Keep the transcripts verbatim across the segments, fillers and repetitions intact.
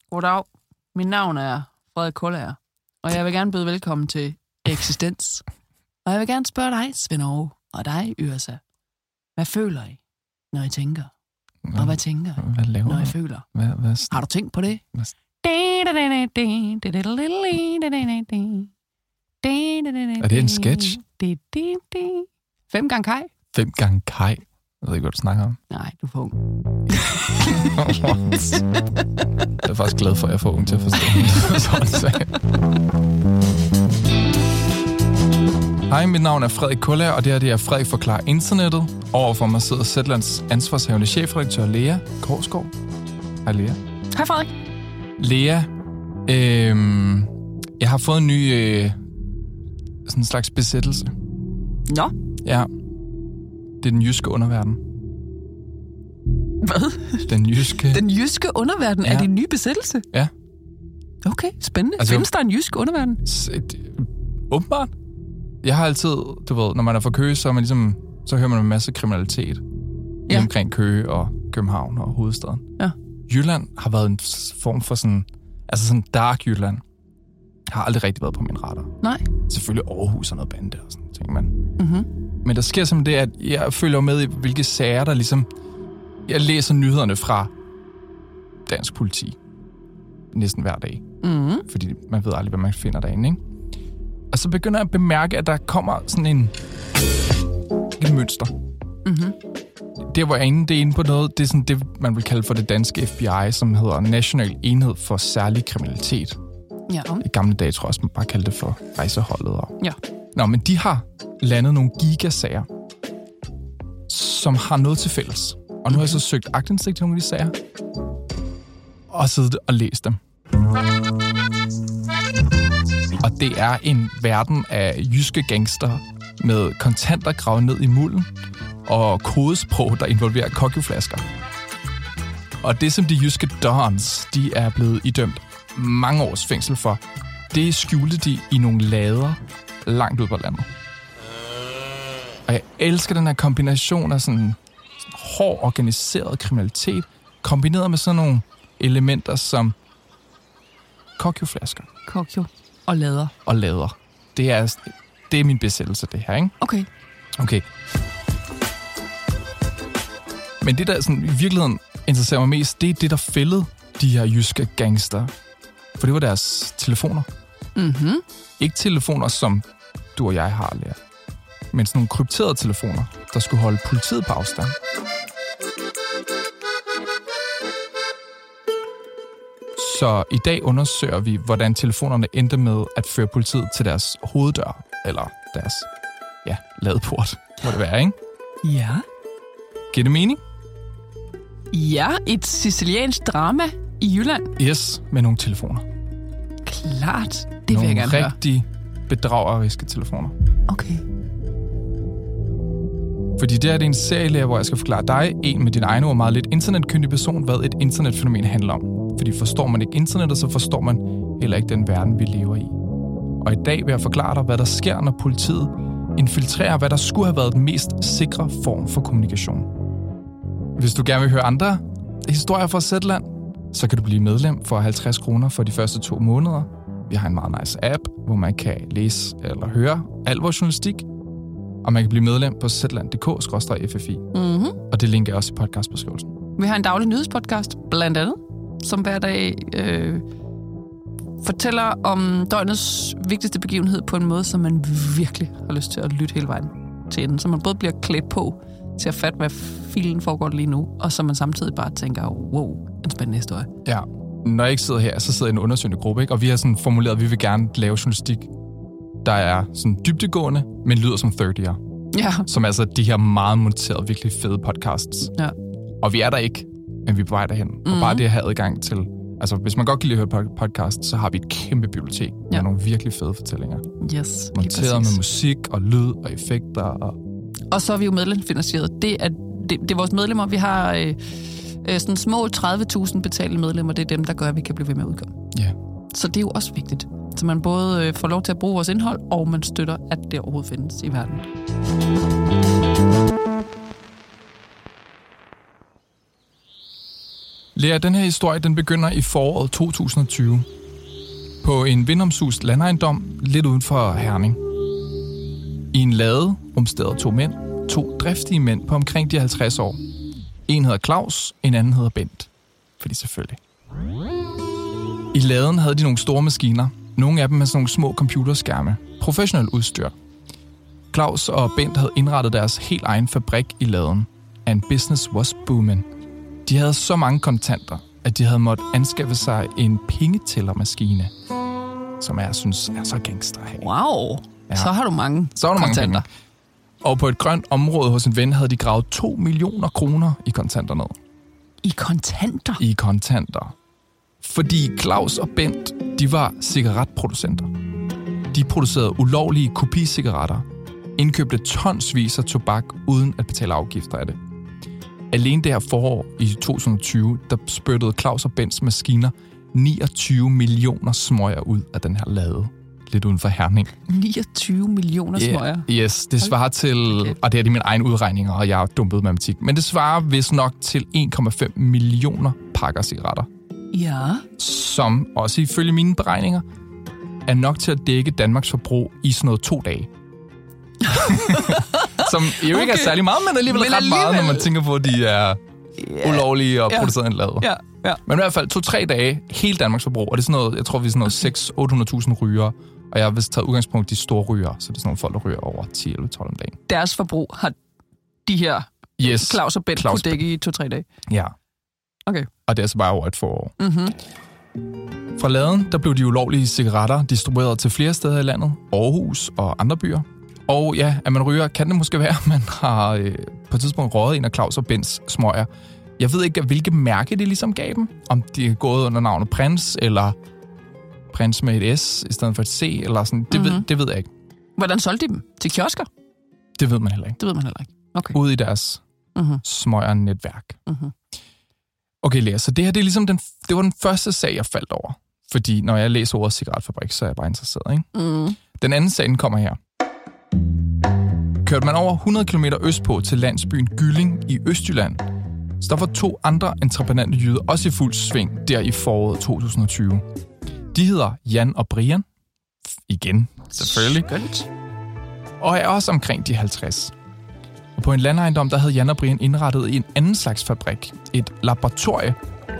Goddag. Mit navn er Frederik Kullager, og jeg vil gerne byde velkommen til Eksistens. Og jeg vil gerne spørge dig, Svend Aage, og dig, Yrsa. Hvad føler I, når I tænker? Og hvad tænker I, hvad laver når I du? føler? Hvad, hvad... Har du tænkt på det? Hvad... Er det en sketch? Fem gange Kaj. Fem gange Kaj. Jeg ved ikke, hvad du snakker om. Nej, du er for ung. Jeg er faktisk glad for, at jeg får ung til at forstå. Hej, mit navn er Frederik Kullager, og det her det er Frederik forklarer internettet. Overfor mig sidder Zetlands ansvarshavende chefredaktør Lea Korsgaard. Hej, Lea. Hej, Frederik. Lea, øh, jeg har fået en ny øh, sådan en slags besættelse. Nå? Ja. Det er den jyske underverden. Hvad? Den jyske... Den jyske underverden ja. Er din nye besættelse? Ja. Okay, spændende. Altså, Findes der en jysk underverden? Åbenbart. Jeg har altid, du ved, når man er fra Køge, så, er man ligesom, så hører man en masse kriminalitet ja. omkring Køge og København og hovedstaden. Ja. Jylland har været en form for sådan, altså sådan dark Jylland. Har aldrig rigtig været på min radar. Nej. Selvfølgelig Aarhus og noget bande og sådan ting, man. Mhm. Men der sker simpelthen det, at jeg følger med i, hvilke sager der ligesom... Jeg læser nyhederne fra dansk politi næsten hver dag. Mhm. Fordi man ved aldrig, hvad man finder derinde, ikke? Og så begynder jeg at bemærke, at der kommer sådan en... et mønster. Mhm. Det, hvor jeg er inde, det er inde på noget, det er sådan det, man vil kalde for det danske F B I, som hedder National Enhed for Særlig Kriminalitet. Ja. I gamle dage tror jeg også, man bare kaldte det for rejseholdet. Og... Ja. Nå, men de har landet nogle gigasager, som har noget til fælles. Og nu har jeg så søgt aktindsigt i nogle af de sager, og siddet og læst dem. Og det er en verden af jyske gangster med kontanter gravet ned i mulden, og kodesprog, der involverer kokjoflasker. Og det, som de jyske dons, de er blevet idømt mange års fængsel for, det skjulte de i nogle lader langt ud på landet. Og jeg elsker den her kombination af sådan, sådan hård, organiseret kriminalitet, kombineret med sådan nogle elementer som kokjoflasker. Kokjo og lader. Og lader. Det er, det er min besættelse, det her, ikke? Okay. Okay. Men det, der sådan, i virkeligheden interesserer mig mest, det er det, der fældede de her jyske gangster. For det var deres telefoner. Mhm. Ikke telefoner, som du og jeg har, Lea. Men sådan nogle krypterede telefoner, der skulle holde politiet på afstand. Så i dag undersøger vi, hvordan telefonerne endte med at føre politiet til deres hoveddør. Eller deres, ja, ladeport, må det være, ikke? Ja. Giver det mening? Ja, et siciliansk drama i Jylland. Yes, med nogle telefoner. Klart, det nogle vil jeg gerne høre. Nogle rigtig bedrageriske telefoner. Okay. Fordi det er det en serie, hvor jeg skal forklare dig, en med din egen ord meget lidt internetkyndig person, hvad et internetfænomen handler om. Fordi forstår man ikke internettet, så forstår man heller ikke den verden, vi lever i. Og i dag vil jeg forklare dig, hvad der sker, når politiet infiltrerer, hvad der skulle have været den mest sikre form for kommunikation. Hvis du gerne vil høre andre historier fra Zetland, så kan du blive medlem for halvtreds kroner for de første to måneder. Vi har en meget nice app, hvor man kan læse eller høre al vores journalistik. Og man kan blive medlem på zetland punktum d k skråstreg f f i. Mhm. Og det linker jeg også i podcastbeskrivelsen. Vi har en daglig nyhedspodcast, blandt andet, som hver dag øh, fortæller om døgnets vigtigste begivenhed på en måde, som man virkelig har lyst til at lytte hele vejen til enden. Så man både bliver klædt på til at fatte, hvad filen foregår lige nu, og så man samtidig bare tænker, wow, en spændende historie. Ja, når jeg ikke sidder her, så sidder jeg i en undersøgende gruppe, ikke? Og vi har sådan formuleret, at vi vil gerne lave journalistik, der er sådan dybdegående, men lyder som tredier. Ja. Som altså de her meget monterede, virkelig fede podcasts. Ja. Og vi er der ikke, men vi er på vej derhen. Mm-hmm. Og bare det at have adgang til... Altså, hvis man godt kan lide at høre podcast, så har vi et kæmpe bibliotek ja. med nogle virkelig fede fortællinger. Yes, monteret med musik og lyd og effekter. Og, og så er vi jo medlemsfinansieret. Det er, det, det er vores medlemmer. Vi har øh, øh, sådan små tredive tusind betalte medlemmer. Det er dem, der gør, at vi kan blive ved med at udkomme. Ja. Så det er jo også vigtigt. Så man både øh, får lov til at bruge vores indhold, og man støtter, at det overhovedet findes i verden. Lea, den her historie, den begynder i foråret to tusind og tyve. På en vindomsust landejendom lidt uden for Herning. I en lade rumsterede to mænd, to driftige mænd på omkring de halvtreds år. En hedder Claus, en anden hedder Bent. Fordi selvfølgelig. I laden havde de nogle store maskiner. Nogle af dem med sådan nogle små computerskærme. Professionelt udstyr. Claus og Bent havde indrettet deres helt egen fabrik i laden. And business was booming. De havde så mange kontanter, at de havde måttet anskaffe sig en pengetællermaskine, som jeg synes er så gangster her. Wow, ja. Så har du mange Så har du mange kontanter. penge. Og på et grønt område hos en ven havde de gravet to millioner kroner i kontanter ned. I kontanter? I kontanter. Fordi Claus og Bent, de var cigaretproducenter. De producerede ulovlige kopicigaretter, indkøbte tonsvis af tobak uden at betale afgifter af det. Alene det her forår i to tusind og tyve, der spyttede Claus og Bents maskiner niogtyve millioner smøger ud af den her lade, lidt uden for Herning. niogtyve millioner Yeah, smøger? yes, det svarer til, okay. og det er de mine egne udregninger, og jeg er dumpet matematik, men det svarer vist nok til en komma fem millioner pakker cigaretter. Ja. Som også ifølge mine beregninger er nok til at dække Danmarks forbrug i sådan noget to dage. Som jo ikke okay. er særlig meget, men alligevel men ret alligevel... meget, når man tænker på, at de er yeah. ulovlige og yeah. produceret i en lade. Yeah. Yeah. Men i hvert fald to-tre dage, hele Danmarks forbrug, og det er sådan noget, jeg tror, vi er sådan noget seks til otte hundrede tusind rygere, og jeg har vist taget udgangspunkt i de store rygere, så det er sådan nogle folk, der ryger over ti eller tolv om dagen. Deres forbrug har de her yes. Claus og Bent kunne dække i to-tre dage? Ja. Okay. Og det er altså bare over et forår. Mhm. Fra laden, der blev de ulovlige cigaretter distribueret til flere steder i landet, Aarhus og andre byer. Og ja, at man ryger, kan det måske være, at man har øh, på et tidspunkt røget en af Claus og Bents smøger. Jeg ved ikke, hvilke mærke det ligesom gav dem. Om de er gået under navnet Prins, eller Prins med et S i stedet for et C, eller sådan. Det, mm-hmm. ved, det ved jeg ikke. Hvordan solgte de dem? Til kiosker? Det ved man heller ikke. Det ved man heller ikke. Okay. Ude i deres mm-hmm. smøger-netværk. Mm-hmm. Okay, Lea, så det her det er ligesom den, det var den første sag, jeg faldt over. Fordi når jeg læser ordet cigaretfabrik, så er jeg bare interesseret, ikke? Mm. Den anden sag, den kommer her. Kørte man over hundrede kilometer østpå til landsbyen Gylling i Østjylland, så der var to andre entreprenante jyder også i fuld sving der i foråret to tusind og tyve. De hedder Jan og Brian. Igen, selvfølgelig. Skønt. Og er også omkring de halvtreds. Og på en landejendom, der havde Jan og Brian indrettet en anden slags fabrik. Et laboratorie.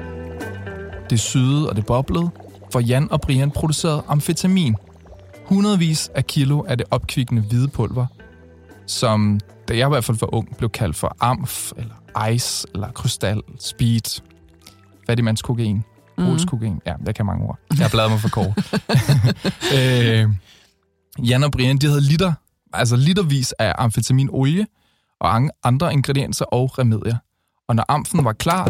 Det syede og det boblede, for Jan og Brian producerede amfetamin. Hundredvis af kilo af det opkvikkende hvide pulver, som, da jeg i hvert fald var ung, blev kaldt for amf, eller ice, eller krystal, speed, fattigmandskokain, brugskokain. Mm. Ja, der kan mange ord. Jeg har bladet mig for kort. øh, Jan og Brian, de havde liter, altså litervis af amfetaminolie og andre ingredienser og remedier. Og når amfen var klar,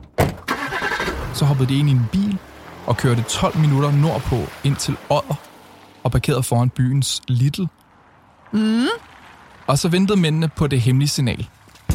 så hoppede de ind i en bil og kørte tolv minutter nordpå ind til Odder og parkerede foran byens Lidl. Mm. Og så ventede mændene på det hemmelige signal.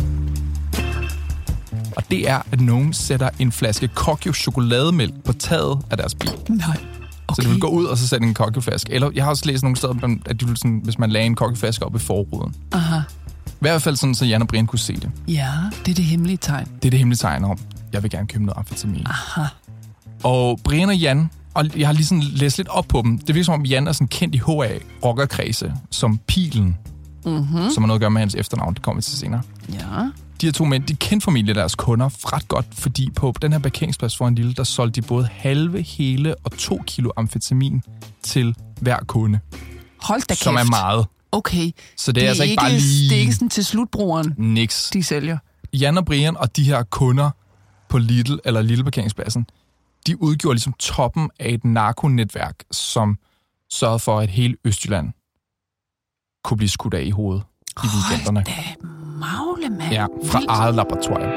Og det er, at nogen sætter en flaske Kokyo chokolademælk på taget af deres bil. Nej. Okay. Så de vil gå ud og så sætte en Kokyo-flaske. Eller jeg har også læst nogle steder, at de vil sådan, hvis man lagde en Kokyo-flaske op i forruden. Aha. I hvert fald sådan, så Jan og Brian kunne se det. Ja, det er det hemmelige tegn. Det er det hemmelige tegn om, jeg vil gerne købe noget amfetamin. Aha. Og Brian og Jan, og jeg har lige sådan læst lidt op på dem. Det virker som om Jan er sådan kendt i H A-rockerkredse som Pilen. Mm-hmm. Som har noget at gøre med hans efternavn. Det kommer vi til senere. Ja. De her to mænd, de kendte familie deres kunder ret godt, fordi på den her parkeringsplads foran Lille, der solgte de både halve, hele og to kilo amfetamin til hver kunde. Hold da kæft. Som er meget. Okay. Så det er, det er altså ikke bare lige... Det er ikke sådan til slutbrugeren, niks. De sælger. Jan og Brian og de her kunder på Lidl eller Lille parkeringspladsen, de udgjorde ligesom toppen af et narkonetværk, som sørgede for, at hele Østjylland kunne blive skudt af i hovedet i weekenderne. Hold da magle, mand. Ja, fra Vildt. Eget laboratorium.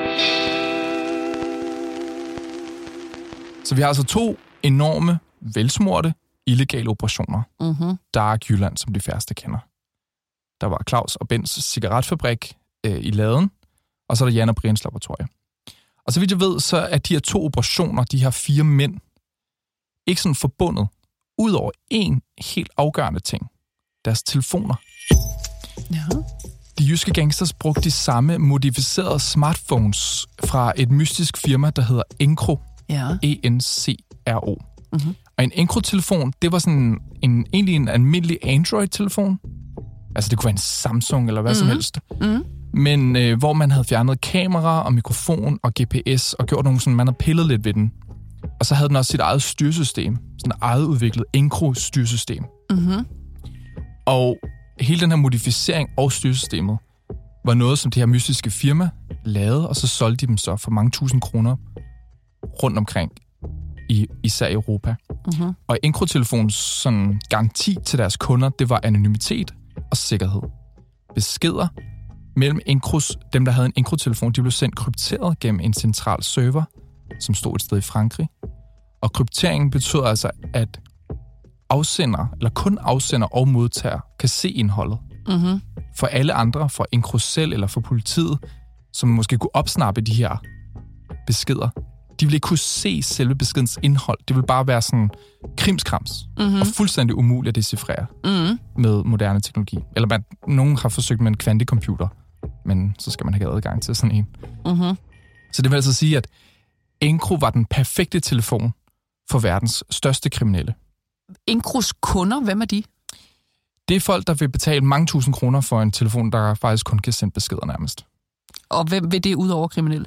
Så vi har altså to enorme, velsmurte, illegale operationer. Mm-hmm. Dark Jylland, som de færreste kender. Der var Claus og Bents cigaretfabrik øh, i laden, og så er der Jan og Brians laboratorium. Og så vidt jeg ved, så er de her to operationer, de her fire mænd, ikke sådan forbundet, udover en helt afgørende ting. Deres telefoner. Ja. De jyske gangsters brugte de samme modificerede smartphones fra et mystisk firma, der hedder Encro. Ja. E N C R O. Mm-hmm. Og en Encro-telefon, det var sådan en, egentlig en almindelig Android-telefon. Altså, det kunne være en Samsung eller hvad mm-hmm. som helst. Mm-hmm. Men øh, hvor man havde fjernet kamera og mikrofon og G P S og gjort nogle sådan, man havde pillet lidt ved den. Og så havde den også sit eget styresystem. Sådan et eget udviklet Encro-styresystem. Mm-hmm. Og hele den her modificering og styresystemet var noget, som det her mystiske firma lavede, og så solgte de dem så for mange tusind kroner rundt omkring, i, især i Europa. Mm-hmm. Og Encro-telefonens sådan garanti til deres kunder, det var anonymitet og sikkerhed. Beskeder mellem Encros, dem der havde en Encro-telefon, de blev sendt krypteret gennem en central server, som stod et sted i Frankrig. Og krypteringen betød altså, at afsender, eller kun afsender og modtager, kan se indholdet. Mm-hmm. For alle andre, for Encro selv eller for politiet, som måske kunne opsnappe de her beskeder, de ville ikke kunne se selve beskedens indhold. Det ville bare være sådan krimskrams, mm-hmm. og fuldstændig umuligt at decifrere mm-hmm. med moderne teknologi. Eller man, nogen har forsøgt med en kvantecomputer, men så skal man have adgang til sådan en. Mm-hmm. Så det vil altså sige, at Encro var den perfekte telefon for verdens største kriminelle. Encros kunder, hvem er de? Det er folk, der vil betale mange tusind kroner for en telefon, der faktisk kun kan sende beskeder nærmest. Og hvem vil det ud over kriminelle?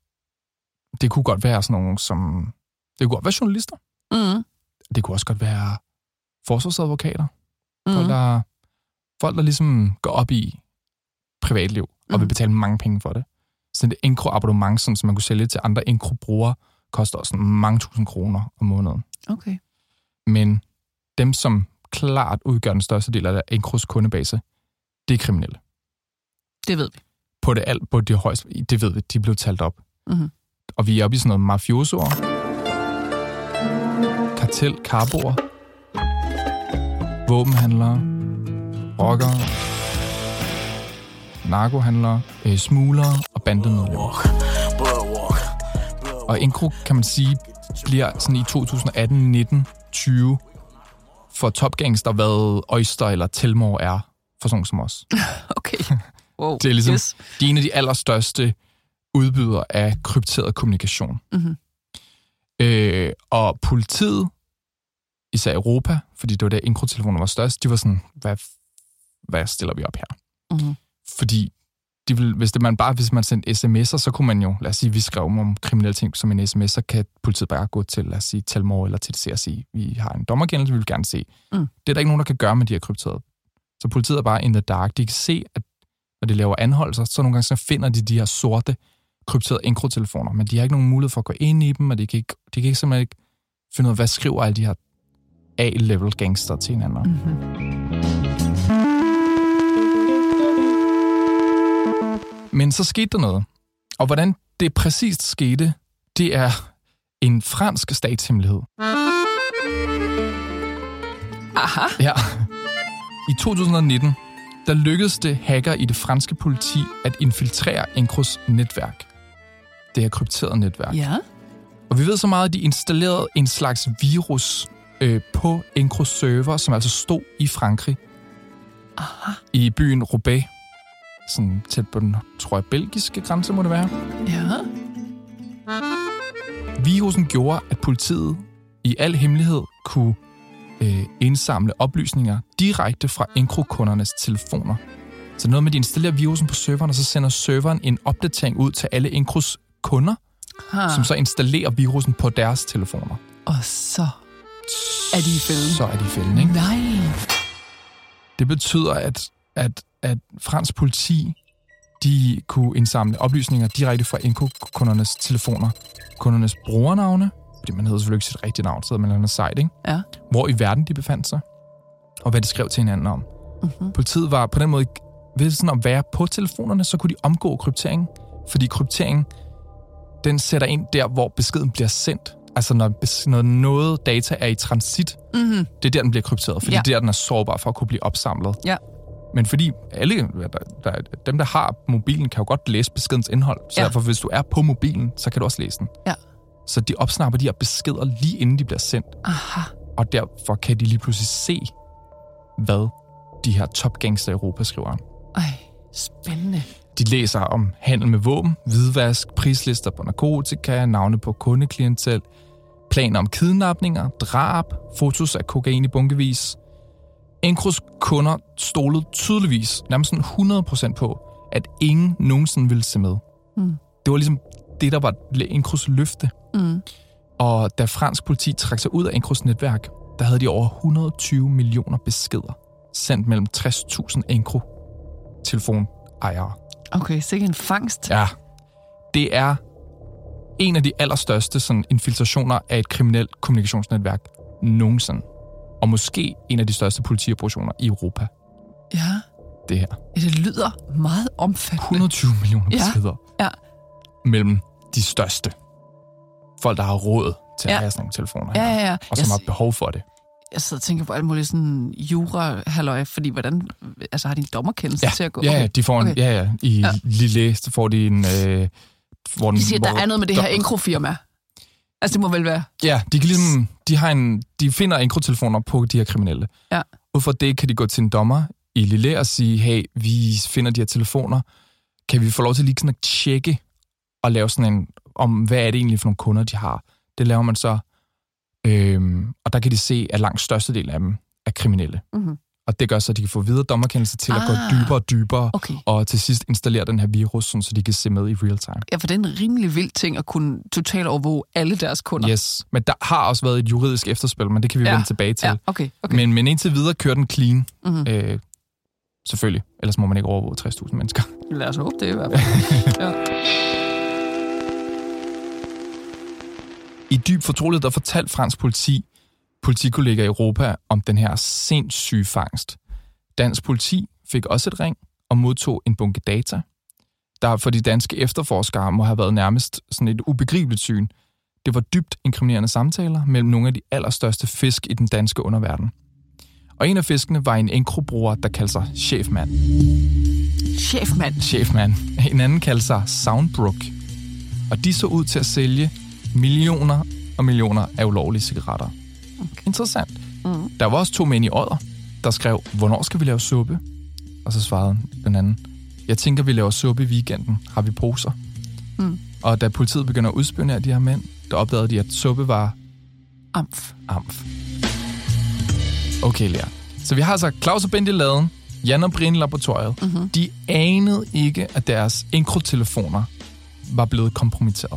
Det kunne godt være sådan nogle som... Det kunne godt være journalister. Mm. Det kunne også godt være forsvarsadvokater. Mm. Folk, der, folk, der ligesom går op i privatliv og mm. vil betale mange penge for det. Så det Encro-abonnement, som man kunne sælge til andre Encro-brugere, koster også mange tusind kroner om måneden. Okay. Men dem, som klart udgør den største del af Encros kundebase, det er kriminelle. Det ved vi. På det alt, på det højeste, det ved vi, de blev talt op. Mm-hmm. Og vi er oppe i sådan noget mafiosoer, kartel, karboer, våbenhandlere, rockere, narkohandlere, øh, smuglere og bandemedlemmer. Og Encro, kan man sige, bliver sådan i to tusind atten, nitten, tyve for topgangster, hvad Oyster eller Telmore er for sådan som os. Okay. Wow. Det er ligesom, yes. de er en af de allerstørste udbydere af krypteret kommunikation. Mm-hmm. Øh, og politiet, især Europa, fordi det var der Encro-telefoner var størst, de var sådan, hvad, hvad stiller vi op her? Mm-hmm. Fordi de vil, hvis, det man bare, hvis man sendte sms'er, så kunne man jo, lad os sige, vi skrev om kriminelle ting som en sms, så kan politiet bare gå til, lad os sige, Telmore eller til det C og sige, vi har en dommerkendelse, vi vil gerne se. Mm. Det er der ikke nogen, der kan gøre med de her krypterede. Så politiet er bare in the dark. De kan se, at når de laver anholdelser, så nogle gange så finder de de her sorte krypterede Encro-telefoner, men de har ikke nogen mulighed for at gå ind i dem, og de kan ikke, de kan ikke simpelthen ikke finde ud af, hvad skriver alle de her A-level gangster til hinanden. Mm-hmm. Men så skete der noget. Og hvordan det præcist skete, det er en fransk statshemmelighed. Aha. Ja. I to tusind nitten, der lykkedes det hacker i det franske politi at infiltrere Encros netværk. Det her krypterede netværk. Ja. Og vi ved så meget, at de installerede en slags virus øh, på Encros server, som altså stod i Frankrig. Aha. I byen Roubaix. Sådan tæt på den, tror jeg, belgiske grænse må det være. Ja. Virusen gjorde, at politiet i al hemmelighed kunne øh, indsamle oplysninger direkte fra Encro-kundernes telefoner. Så noget med, at de installerer virusen på serveren, og så sender serveren en opdatering ud til alle Encros kunder, ha. som så installerer virusen på deres telefoner. Og så er de i fælden. Så er de i fælden, ikke? Nej. Det betyder, at, at, at fransk politi, de kunne indsamle oplysninger direkte fra Encro-kundernes telefoner. Kundernes brugernavne, fordi man hedder selvfølgelig ikke sit rigtige navn, så man havde sejt, ikke? Ja. Hvor i verden de befandt sig, og hvad de skrev til hinanden om. Mm-hmm. Politiet var på den måde, ved sådan at være på telefonerne, så kunne de omgå kryptering, fordi kryptering, den sætter ind der, hvor beskeden bliver sendt. Altså når, når noget data er i transit, mm-hmm. det er der, den bliver krypteret, fordi ja. det er der, den er sårbar for at kunne blive opsamlet. Ja. Men fordi alle, der, der, dem, der har mobilen, kan jo godt læse beskedens indhold. Så ja. derfor, hvis du er på mobilen, så kan du også læse den. Ja. Så de opsnapper de her beskeder lige inden de bliver sendt. Aha. Og derfor kan de lige pludselig se, hvad de her topgangster i Europa skriver. Ej. Spændende. De læser om handel med våben, hvidvask, prislister på narkotika, navne på kundeklientel, planer om kidnapninger, drab, fotos af kokain i bunkevis. Encros kunder stolede tydeligvis nærmest sådan hundrede procent på, at ingen nogensinde ville se med. Mm. Det var ligesom det, der var Encros løfte. Mm. Og da fransk politi trak sig ud af Encros netværk, der havde de over et hundrede og tyve millioner beskeder sendt mellem tres tusind Encro-telefonejere. Okay, sikkert en fangst. Ja. Det er en af de allerstørste sådan, infiltrationer af et kriminelt kommunikationsnetværk nogensinde. Og måske en af de største politioperationer i Europa. Ja. Det her. Ja, det lyder meget omfattende. et hundrede og tyve millioner beskeder. Ja. Ja. Mellem de største. Folk, der har råd til at ja. have sådan nogle telefoner her. Ja, ja, ja. Og som jeg, har behov for det. Jeg sidder og tænker på alt muligt sådan jura-halløj, fordi hvordan, altså har de en dommerkendelse ja. til at gå? Ja, okay. ja, de får en, okay. ja, ja, i ja. Lille, så får de en... Øh, hvor den, de siger, hvor, der er noget med det her Encro-firma. Altså, det må vel være... Ja, de kan ligesom... De, har en, de finder Encro-telefoner på de her kriminelle. Ja. Ud fra det kan de gå til en dommer i Lille og sige, hey, vi finder de her telefoner. Kan vi få lov til lige sådan at tjekke og lave sådan en... om hvad er det egentlig for nogle kunder, de har. Det laver man så. Øhm, og der kan de se, at langt størstedelen af dem er kriminelle. Mm-hmm. Og det gør så, at de kan få videre dommerkendelse til ah, at gå dybere og dybere, okay. og til sidst installere den her virus, sådan, så de kan se med i real time. Ja, for det er en rimelig vild ting at kunne totalt overvåge alle deres kunder. Yes, men der har også været et juridisk efterspil, men det kan vi ja. vende tilbage til. Ja, okay, okay. Men, men indtil videre kører den clean. Mm-hmm. Øh, selvfølgelig. Ellers må man ikke overvåge tres tusind mennesker. Lad os håbe det i hvert fald. Ja. I dyb fortrolighed, der fortalte fransk politi, politikollegaer i Europa om den her sindssyge fangst. Dansk politi fik også et ring og modtog en bunke data, der for de danske efterforskere må have været nærmest sådan et ubegribeligt syn. Det var dybt inkriminerende samtaler mellem nogle af de allerstørste fisk i den danske underverden. Og en af fiskene var en Encro-bruger, der kaldte sig Chefmand. Chefmand? Chefmand. En anden kaldte sig Soundbrook. Og de så ud til at sælge millioner og millioner af ulovlige cigaretter. Okay. Interessant. Mm. Der var også to mænd i Odder, der skrev, hvornår skal vi lave suppe? Og så svarede den anden, jeg tænker, vi laver suppe i weekenden. Har vi poser? Mm. Og da politiet begynder at udspionere de her mænd, der opdagede de, at suppe var... Amf. Amf. Okay, Lea. Så vi har altså Claus og Bent i laden, Jan og Brian i laboratoriet. Mm-hmm. De anede ikke, at deres Encro-telefoner var blevet kompromitteret.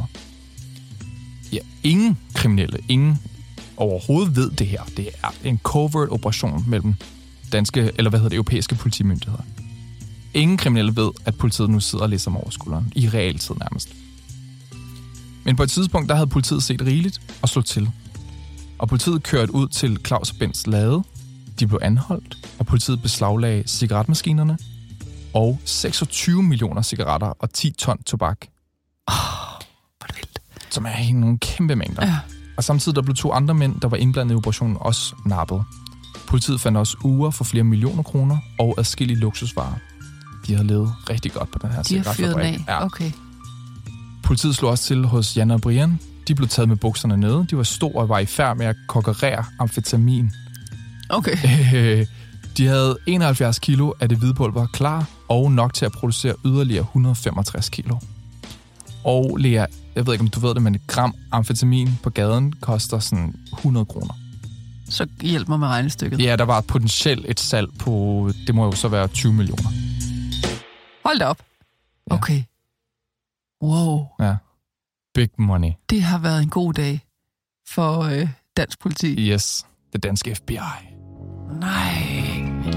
Ja, ingen kriminelle, ingen overhovedet ved det her. Det er en covert operation mellem danske, eller hvad hedder det, europæiske politimyndigheder. Ingen kriminelle ved, at politiet nu sidder og læser dem over skulderen. I realtid nærmest. Men på et tidspunkt, der havde politiet set rigeligt og slået til. Og politiet kørte ud til Claus og Bents lade. De blev anholdt, og politiet beslaglagde cigaretmaskinerne og seksogtyve millioner cigaretter og ti ton tobak. Åh, oh, hvor det vildt. Som er i nogle kæmpe mængder. Ja. Og samtidig der blev to andre mænd, der var indblandet i operationen, også nappet. Politiet fandt også uger for flere millioner kroner og adskillige luksusvarer. De havde levet rigtig godt på den her cigaretfabrik. De har fyret af, okay. Politiet slog også til hos Jan og Brian. De blev taget med bukserne nede. De var store og var i færd med at kokkerere amfetamin. Okay. De havde enoghalvfjerds kilo af det hvide pulver klar, og nok til at producere yderligere et hundrede og femogtres kilo. Og Lea, jeg ved ikke, om du ved det, men et gram amfetamin på gaden koster sådan hundrede kroner. Så hjælp mig med regnestykket. Ja, der var potentielt et salg på, det må jo så være tyve millioner. Hold da op. Ja. Okay. Wow. Ja. Big money. Det har været en god dag for øh, dansk politi. Yes. Det danske F B I. Nej.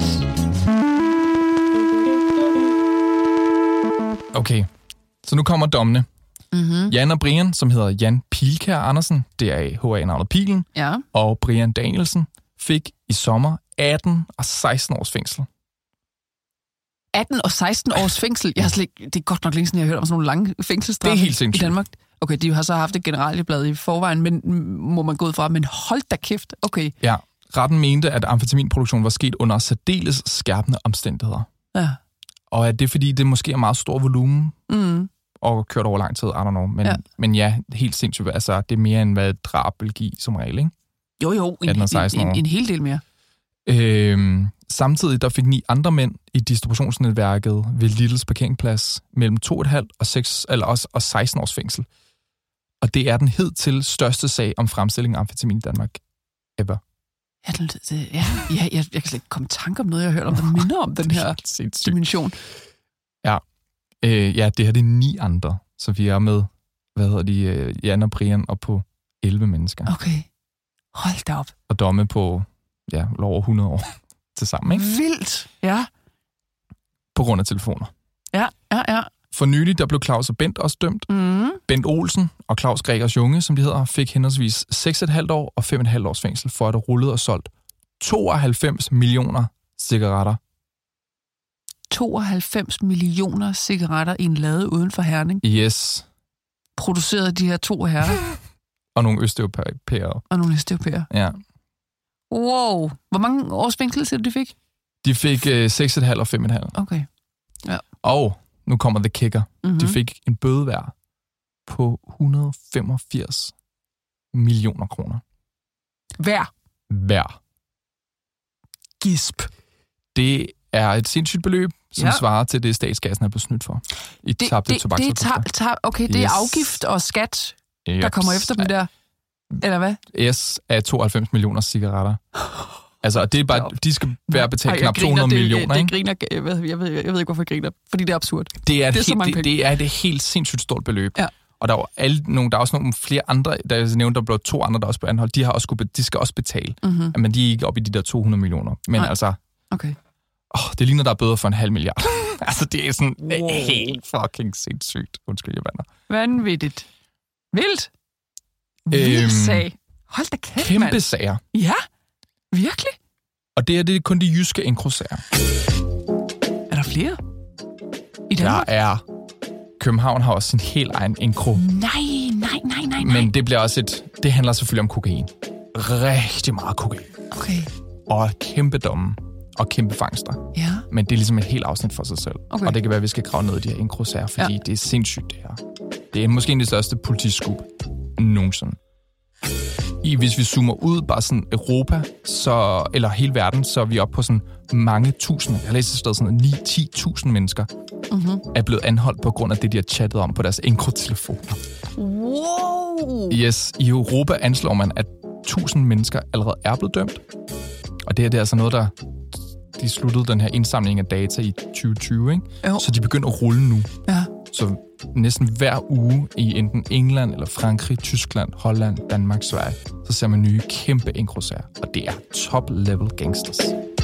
Okay. Så nu kommer dommene. Mm-hmm. Jan og Brian, som hedder Jan Pilkær Andersen, det er H A-navnet Pilen, ja. Og Brian Danielsen fik i sommer atten og seksten års fængsel. atten og seksten års fængsel? Jeg har slet, det er godt nok længe siden, jeg har hørt om sådan nogle lange fængselsstraffe i Danmark. Okay, de har så haft et generalieblad i forvejen, men må man gå ud fra, men hold da kæft, okay. Ja, retten mente, at amfetaminproduktion var sket under særdeles skærpende omstændigheder. Ja. Og at det er, fordi det måske er meget stor volumen, mm. og kørt over lang tid, I don't know. Men ja, men ja helt sindssygt. Altså, det er mere end hvad et drab vil give som regel, ikke? Jo, jo, en, en, en, en hel del mere. Øhm, samtidig der fik ni andre mænd i distributionsnetværket ved Lidls parkeringsplads mellem to komma fem og, seks, eller også, og seksten års fængsel. Og det er den hidtil største sag om fremstilling af amfetamin i Danmark ever. Ja, det, det, ja, ja jeg, jeg kan slet ikke komme i tanke om noget, jeg har hørt om, der minder om den her dimension. Ja. Øh, ja, det her det er ni andre, så vi er med, hvad hedder de, øh, Jan og Brian, og på elleve mennesker. Okay. Hold da op. Og domme på, ja, over hundrede år til sammen, ikke? Vildt, ja. På grund af telefoner. Ja, ja, ja. For nylig, der blev Claus og Bent også dømt. Mm. Bent Olsen og Claus Gregers Junge, som de hedder, fik henholdsvis seks komma fem år og fem komma fem års fængsel for at have rullet og solgt tooghalvfems millioner cigaretter. tooghalvfems millioner cigaretter i en lade uden for Herning. Yes. Producerede de her to herrer. Og nogle østeuropæere. Og nogle østeuropæere. Ja. Wow. Hvor mange års fængsel siger du, de fik? De fik øh, seks komma fem og fem komma fem. Okay. Ja. Og nu kommer the kicker. Mm-hmm. De fik en bøde hver på et hundrede og femogfirs millioner kroner. Hver? Hver. Gisp. Det er et sindssygt beløb, som ja. svarer til det, statskassen er blevet snydt for. I det, tabte det, tobaksafgifter. Det er tab, okay, det yes. er afgift og skat, yep. der kommer efter dem der. Eller hvad? S er tooghalvfems millioner cigaretter. Altså, det er bare, de skal være betalt Ej, knap to hundrede det, millioner, det, ikke? Det griner, jeg ved, jeg, ved, jeg ved ikke, hvorfor jeg griner, fordi det er absurd. Det er, det, det, er helt, det, det er et helt sindssygt stort beløb. Ja. Og der er, alle, nogle, der er også nogle flere andre, der jeg nævnte, der blev to andre, der også blev anholdt, de, har også, de skal også betale. Mm-hmm. Men de er ikke oppe i de der to hundrede millioner. Men Nej. altså, okay. åh, det ligner, der er bøder for en halv milliard. Altså, det er sådan wow. helt fucking sindssygt. Undskyld, jeg vander. Vanvittigt. Vildt. Vildt øhm, sag. Hold da kæft, Kæmpe mand. sager. Ja, virkelig. Og det er, det er kun de jyske inkrosager. Er der flere? I Danmark? Der er... København har også sin helt egen inkro. Nej, nej, nej, nej, nej. Men det bliver også et... Det handler selvfølgelig om kokain. Rigtig meget kokain. Okay. Og kæmpe domme. Og kæmpe fangster. Ja. Men det er ligesom et helt afsnit for sig selv. Okay. Og det kan være, at vi skal grave ned i de her inkrosager, fordi ja. det er sindssygt, det her. Det er måske en af de største politiskup nogensinde. I, hvis vi zoomer ud, bare sådan Europa, så, eller hele verden, så er vi oppe på sådan mange tusinder. Jeg læser et sted sådan ni til ti tusind mennesker mm-hmm. er blevet anholdt på grund af det, de har chattet om på deres inkro-telefoner. Wow! Yes, i Europa anslår man, at tusind mennesker allerede er blevet dømt. Og det her det er altså noget, der... De sluttede den her indsamling af data i tyve tyve, ikke? Jo. Så de begynder at rulle nu. Ja. Så næsten hver uge i enten England eller Frankrig, Tyskland, Holland, Danmark, Sverige, så ser man nye kæmpe inkrosager. Og det er top-level gangsters.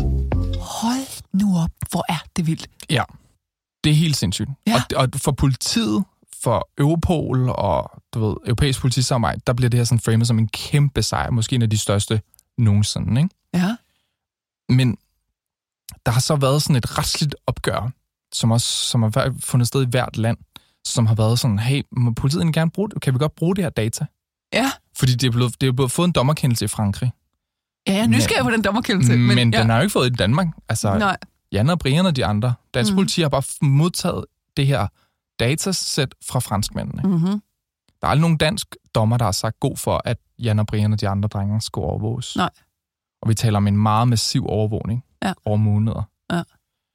Hold nu op. Hvor er det vildt. Ja, det er helt sindssygt. Ja. Og, og for politiet, for Europol og du ved, europæisk politisamarbejde, der bliver det her sådan framet som en kæmpe sejr. Måske en af de største nogensinde, ikke? Ja. Men der har så været sådan et retsligt opgør, som også som har fundet sted i hvert land, som har været sådan, hey, må politiet egentlig gerne bruge det? Kan vi godt bruge det her data? Ja. Fordi det er blevet, det er blevet fået en dommerkendelse i Frankrig. Ja, jeg er nysgerrig på den dommerkendelse. Men, men ja. den har jo ikke fået i Danmark. Altså, Nej. Jan og Brian og de andre. Dansk mm. politi har bare modtaget det her datasæt fra franskmændene. Mm-hmm. Der er aldrig nogen dansk dommer, der har sagt god for, at Jan og Brian og de andre drenge skulle overvåges. Nej. Og vi taler om en meget massiv overvågning ja. over måneder. Ja.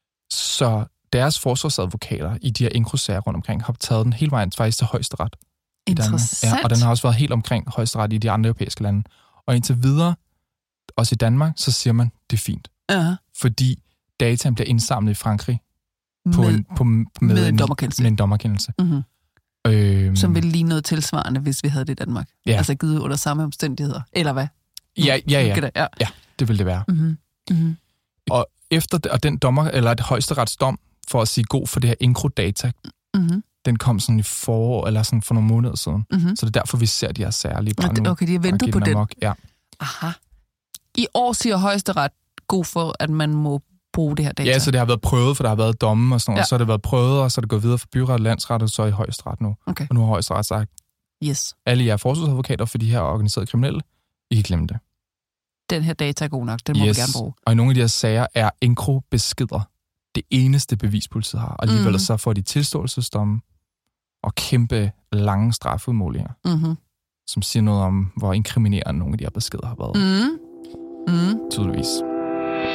Så deres forsvarsadvokater i de her inkrosager rundt omkring har taget den hele vejen faktisk til højesteret. Interessant. Ja, og den har også været helt omkring højesteret i de andre europæiske lande. Og indtil videre, også i Danmark, så siger man, det er fint. Ja. Fordi dataen bliver indsamlet i Frankrig på med, en, på, med, med en dommerkendelse. Med en dommerkendelse. Mm-hmm. Øhm, Som ville lige noget tilsvarende, hvis vi havde det i Danmark. Ja. Altså givet under samme omstændigheder. Eller hvad? Ja, ja, ja. Det, ja. ja det ville det være. Mm-hmm. Mm-hmm. Og efter og den dommer, eller et højesteretsdom, for at sige god for det her inkrodata, mm-hmm. den kom sådan i forår, eller sådan for nogle måneder siden. Mm-hmm. Så det er derfor, vi ser de her særlige brænde. Okay, de har ventet på den. Amok. Ja. Aha. I år siger højesteret god for, at man må bruge det her data. Ja, så det har været prøvet, for der har været domme og sådan noget. Ja. Og så har det været prøvet, og så er det gået videre fra byret, landsret, og så i højesteret nu. Okay. Og nu har højesteret sagt, yes. alle jer forsvarsadvokater for de her organiserede kriminelle, I kan glemme det. Den her data er god nok, den må yes. vi gerne bruge. Og i nogle af de her sager er inkro-beskeder det eneste bevis, politiet har. Og alligevel mm. så får de tilståelsesdomme og kæmpe lange strafudmålinger, mm-hmm. som siger noget om, hvor inkriminerende nogle af de her beskeder har været. Mm. Mm. Tydeligvis.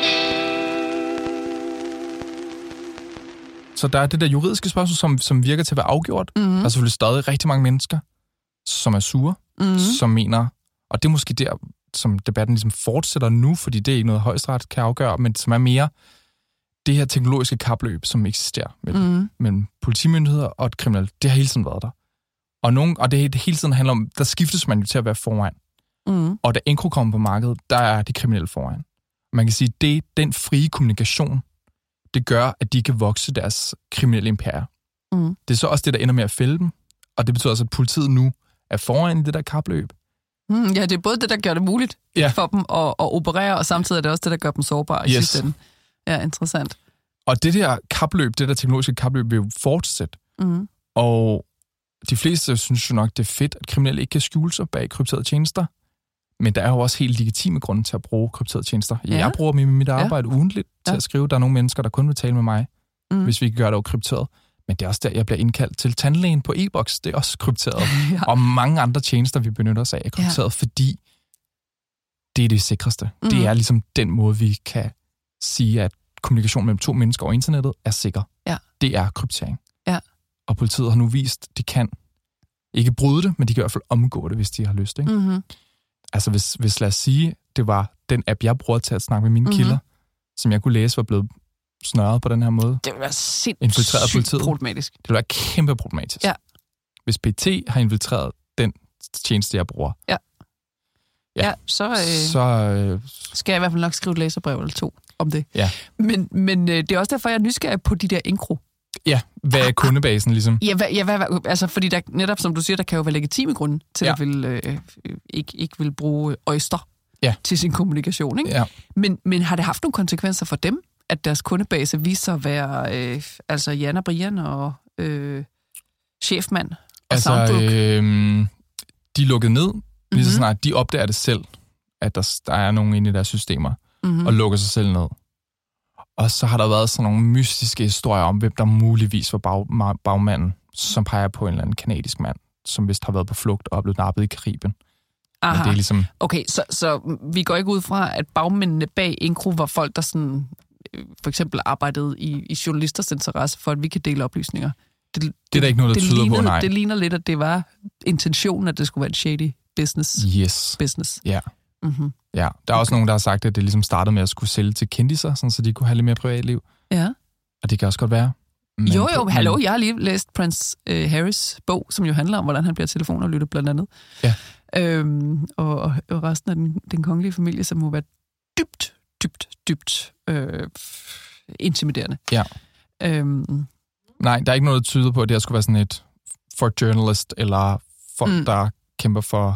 så der er det der juridiske spørgsmål, som, som virker til at være afgjort. Mm-hmm. Der er selvfølgelig stadig rigtig mange mennesker, som er sure, mm-hmm. som mener, og det er måske der, som debatten ligesom fortsætter nu, fordi det er ikke noget højesteret kan afgøre, men som er mere det her teknologiske kapløb, som eksisterer mellem, mm. mellem politimyndigheder og et kriminelt. Det har hele tiden været der. Og, nogen, og det, det hele tiden handler om, der skiftes man jo til at være foran. Mm. Og da Encro kommer på markedet, der er de kriminelle foran. Man kan sige, at det, den frie kommunikation, det gør, at de kan vokse deres kriminelle imperier. Mm. Det er så også det, der ender med at fælde dem, og det betyder altså, at politiet nu er foran i det der kapløb. Mm, ja, det er både det, der gør det muligt ja. for dem at, at operere, og samtidig er det også det, der gør dem sårbare i yes. sidste ende. Ja, interessant. Og det der kapløb, det der teknologiske kapløb, vil jo fortsætte. Mm. Og de fleste synes jo nok, det er fedt, at kriminelle ikke kan skjule sig bag krypterede tjenester. Men der er jo også helt legitime grunde til at bruge krypterede tjenester. Ja. Jeg bruger dem i mit arbejde ja. ugentligt til ja. at skrive. Der er nogle mennesker, der kun vil tale med mig, mm. hvis vi kan gøre det krypteret. Men det er også der, jeg bliver indkaldt til tandlægen på e-boks. Det er også krypteret. ja. Og mange andre tjenester, vi benytter os af, er krypteret, ja. fordi det er det sikreste. Mm. Det er ligesom den måde, vi kan sige, at kommunikation mellem to mennesker over internettet er sikker. Ja. Det er kryptering. Ja. Og politiet har nu vist, at de kan ikke bryde det, men de kan i hvert fald omgå det, hvis de har lyst. Ikke? Mm-hmm. Altså hvis, hvis lad os sige, det var den app, jeg bruger til at snakke med mine mm-hmm. kilder, som jeg kunne læse, var blevet snørret på den her måde. Det ville være sindssygt problematisk. Det ville være kæmpe problematisk. Ja. Hvis P T har infiltreret den tjeneste, jeg bruger. Ja. Ja, ja så, øh, så øh, skal jeg i hvert fald nok skrive et læserbrev eller to om det. Ja. Men, men øh, det er også derfor, jeg er nysgerrig på de der Encro. Ja, hvad er kundebasen ligesom? Ja, hvad, ja hvad, altså fordi der, netop som du siger, der kan jo være legitime grunde til ja. at vil, øh, ikke, ikke vil bruge Oyster ja. til sin kommunikation. Ikke? Ja. Men, men har det haft nogle konsekvenser for dem, at deres kundebase viser sig at være øh, altså Jan og Brian og øh, chefmand og altså, Soundbook? Øh, de lukkede ned, lige så snart de opdager det selv, at der, der er nogen inde i deres systemer, mm-hmm. og lukker sig selv ned. Og så har der været sådan nogle mystiske historier om, hvem der muligvis var bag, bagmanden, som peger på en eller anden kanadisk mand, som vist har været på flugt og er blevet nappet i Karibien. Aha. Men det er ligesom... Okay, så, så vi går ikke ud fra, at bagmændene bag Encro var folk, der sådan, for eksempel arbejdede i, i journalisters interesse for, at vi kan dele oplysninger. Det, det, det er der ikke noget, der tyder ligner, på, nej. Det ligner lidt, at det var intentionen, at det skulle være en shady business. Yes. business. Ja. Mm-hmm. Ja, der er også okay. nogen, der har sagt, at det ligesom startede med at skulle sælge til kendiser, sådan, så de kunne have lidt mere privatliv. Ja. Og det kan også godt være. Men, jo, jo, hallo, jeg har lige læst Prince uh, Harrys bog, som jo handler om, hvordan han bliver telefonaflyttet blandt andet. Ja. Øhm, og, og resten af den, den kongelige familie, som må være dybt, dybt, dybt øh, intimiderende. Ja. Øhm, Nej, der er ikke noget, der tyder på, at det her skulle være sådan et for journalist, eller folk, mm. der kæmper for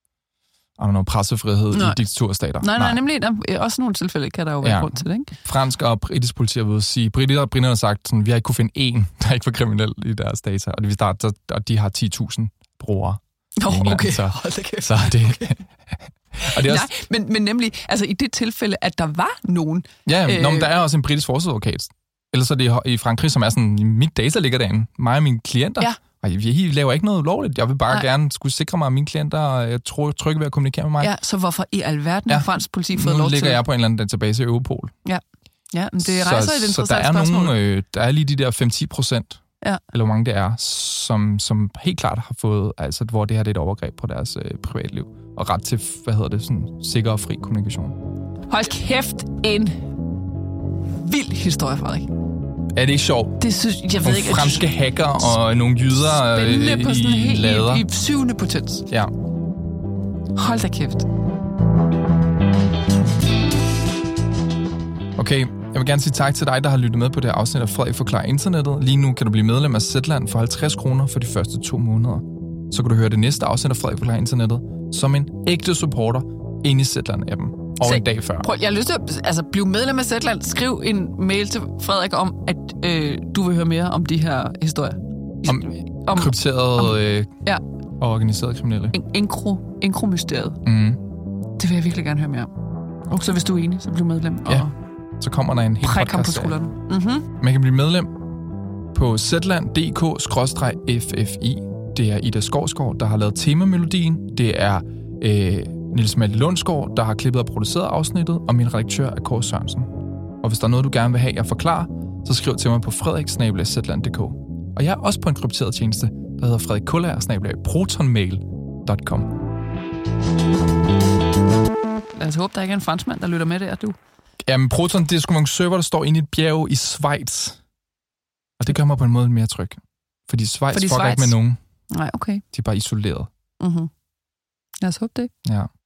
noget pressefrihed nej. i diktaturstater. Nej, nej, nej, nemlig. Der er også nogle tilfælde, kan der jo være ja. grund til det, ikke? Fransk og britisk politi har ved at sige, britter og britter har sagt, sådan, vi har ikke kunne finde en, der ikke var kriminel i deres data, og, det, der, og de har ti tusind brugere. Åh, oh, okay. Så, hold da kæft. Så det... Okay. og det er også... Nej, men, men nemlig, altså i det tilfælde, at der var nogen... Ja, øh... nå, men der er også en britisk forsvarsadvokat. Ellers er det i Frankrig, som er sådan, mit data ligger derinde. Mig og mine klienter. Ja. Og vi laver ikke noget ulovligt. Jeg vil bare Nej. gerne skulle sikre mig, at mine klienter er trygge ved at kommunikere med mig. Ja, så hvorfor i alverden har ja. fransk politi fået nu lov til? Nu ligger jeg på en eller anden database i Europol. Ja, ja men det rejser så, et interessant så der er spørgsmål. Nogle, øh, der er lige de der fem til ti procent, ja. eller hvor mange det er, som, som helt klart har fået, altså hvor det her det er et overgreb på deres øh, privatliv. Og ret til, hvad hedder det, sådan sikker og fri kommunikation. Hold kæft, en vild historie, Frederik. Er det ikke sjovt? Det synes jeg ved nogle ikke. franske hacker og nogle jyder spændende på sådan i helt, lader. I, i syvende potens. Ja. Hold da kæft. Okay, jeg vil gerne sige tak til dig, der har lyttet med på det her afsnit af Frederik Forklarer Internettet. Lige nu kan du blive medlem af Zetland for halvtreds kroner for de første to måneder. Så kan du høre det næste afsnit af Frederik Forklarer Internettet som en ægte supporter inde i Zetland-appen. Og Se, en dag før. Prøv, jeg har lyst til at altså, blive medlem af Zetland. Skriv en mail til Frederik om, at øh, du vil høre mere om de her historier. Om, om krypterede om, øh, ja. og organiserede kriminelle. En, encro, Encro-mysteriet. Mm. Det vil jeg virkelig gerne høre mere om. Okay. Så hvis du er enig, så bliv medlem. Ja. Og så kommer der en hel podcast. På skulderen. Mm-hmm. Man kan blive medlem på zetland punktum d k skråstreg f f i. Det er Ida Skovsgaard, der har lavet temamelodien. Det er øh, Niels Malte Lundsgaard, der har klippet og produceret afsnittet, og min redaktør er Kåre Sørensen. Og hvis der er noget, du gerne vil have, jeg forklarer, så skriv til mig på frederik snabel-a zetland punktum d k. Og jeg er også på en krypteret tjeneste, der hedder frederikkulager snabel-a protonmail punktum com. Lad os håbe, der ikke er en franskmand, der lytter med der, du. Jamen, Proton, det er sgu nogle server, der står inde i et bjerg i Schweiz. Og det gør mig på en måde mere tryg. Fordi Schweiz Fordi fucker Schweiz... ikke med nogen. Nej, okay. De er bare isoleret. Mm-hmm. Lad os håbe det. Ja.